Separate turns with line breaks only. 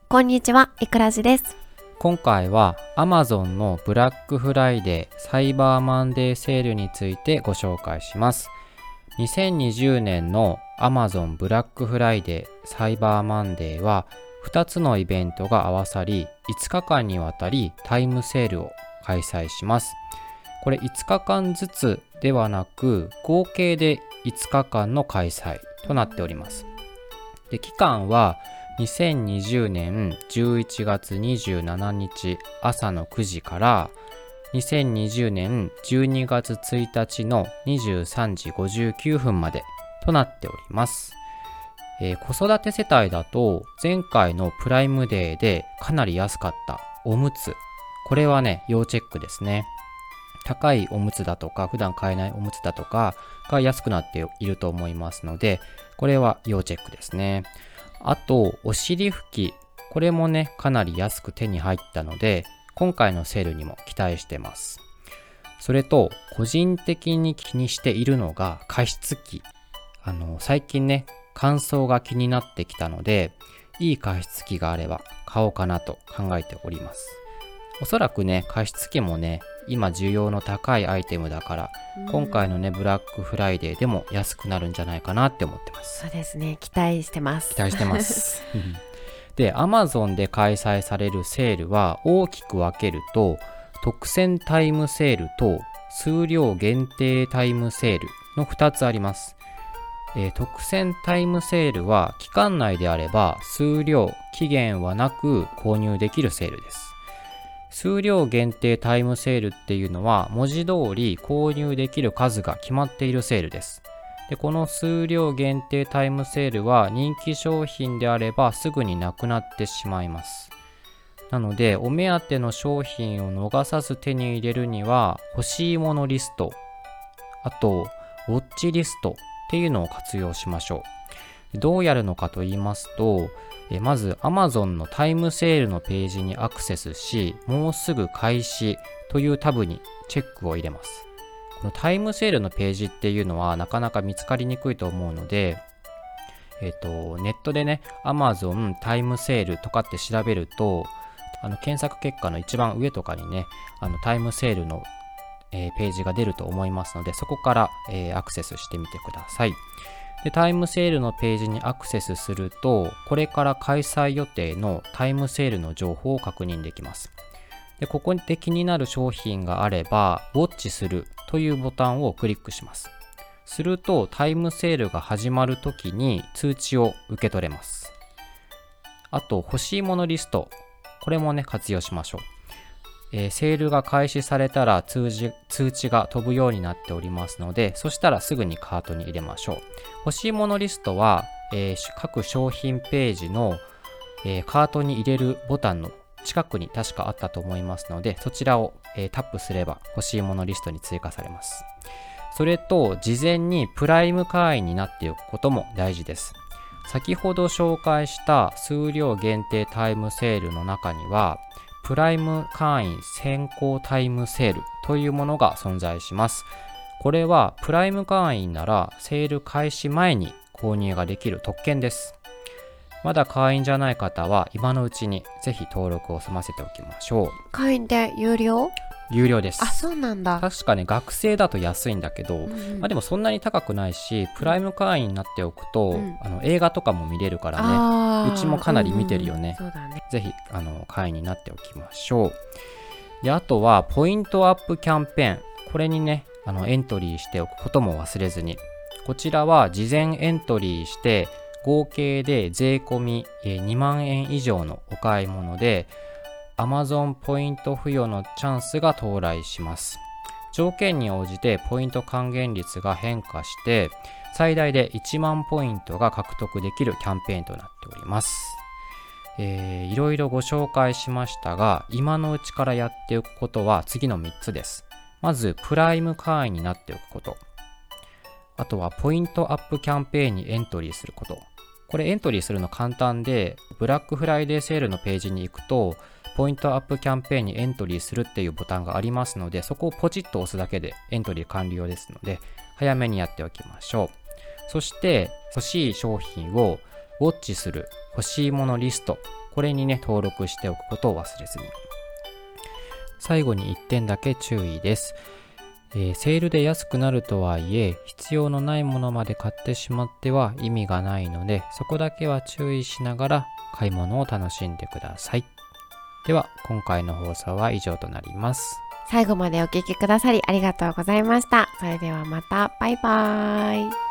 こんにちは、いくらじです。
今回は Amazon のブラックフライデーサイバーマンデーセールについてご紹介します。2020年の Amazon ブラックフライデーサイバーマンデーは2つのイベントが合わさり5日間にわたりタイムセールを開催します。これ5日間ずつではなく合計で5日間の開催となっております。で、期間は2020年11月27日朝の9時から2020年12月1日の23時59分までとなっております。子育て世帯だと前回のプライムデーでかなり安かったおむつ、これはね要チェックですね。高いおむつだとか普段買えないおむつだとかが安くなっていると思いますので、これは要チェックですね。あとお尻拭き、これもねかなり安く手に入ったので今回のセールにも期待してます。それと個人的に気にしているのが加湿器。最近ね乾燥が気になってきたのでいい加湿器があれば買おうかなと考えております。おそらくね加湿器もね今需要の高いアイテムだから今回のねブラックフライデーでも安くなるんじゃないかなって思ってます。
そうですね、期待してます。
期待してますで、Amazon で開催されるセールは大きく分けると特選タイムセールと数量限定タイムセールの2つあります。特選タイムセールは期間内であれば数量期限はなく購入できるセールです。数量限定タイムセールっていうのは文字通り購入できる数が決まっているセールです。で、この数量限定タイムセールは人気商品であればすぐになくなってしまいます。なのでお目当ての商品を逃さず手に入れるには欲しいものリスト、あとウォッチリストっていうのを活用しましょう。どうやるのかと言いますと、まず Amazon のタイムセールのページにアクセスし、もうすぐ開始というタブにチェックを入れます。このタイムセールのページっていうのはなかなか見つかりにくいと思うので、ネットでね Amazon タイムセールとかって調べると検索結果の一番上とかにねタイムセールのページが出ると思いますので、そこからアクセスしてみてください。で、タイムセールのページにアクセスするとこれから開催予定のタイムセールの情報を確認できます。で、ここで気になる商品があればウォッチするというボタンをクリックします。するとタイムセールが始まるときに通知を受け取れます。あと欲しいものリスト、これもね活用しましょう。セールが開始されたら通知が飛ぶようになっておりますので、そしたらすぐにカートに入れましょう。欲しいものリストは、各商品ページの、カートに入れるボタンの近くに確かあったと思いますので、そちらを、タップすれば欲しいものリストに追加されます。それと事前にプライム会員になっておくことも大事です。先ほど紹介した数量限定タイムセールの中にはプライム会員先行タイムセールというものが存在します。これはプライム会員ならセール開始前に購入ができる特権です。まだ会員じゃない方は今のうちにぜひ登録を済ませておきましょう。
会員で有料？
有料です。
あ、そうなんだ。
確かね学生だと安いんだけど、でもそんなに高くないし、プライム会員になっておくと、映画とかも見れるからね。うちもかなり見てるよね。
そうだね。
ぜひ会員になっておきましょう。で、あとはポイントアップキャンペーン、これにねエントリーしておくことも忘れずに。こちらは事前エントリーして合計で税込み2万円以上のお買い物でAmazon ポイント付与のチャンスが到来します。条件に応じてポイント還元率が変化して最大で1万ポイントが獲得できるキャンペーンとなっております。いろいろご紹介しましたが今のうちからやっておくことは次の3つです。まずプライム会員になっておくこと、あとはポイントアップキャンペーンにエントリーすること。これエントリーするの簡単でブラックフライデーセールのページに行くとポイントアップキャンペーンにエントリーするっていうボタンがありますので、そこをポチッと押すだけでエントリー完了ですので早めにやっておきましょう。そして欲しい商品をウォッチする欲しいものリスト、これにね登録しておくことを忘れずに。最後に1点だけ注意です。セールで安くなるとはいえ、必要のないものまで買ってしまっては意味がないので、そこだけは注意しながら買い物を楽しんでください。では今回の放送は以上となります。
最後までお聞きくださりありがとうございました。それではまた。バイバーイ。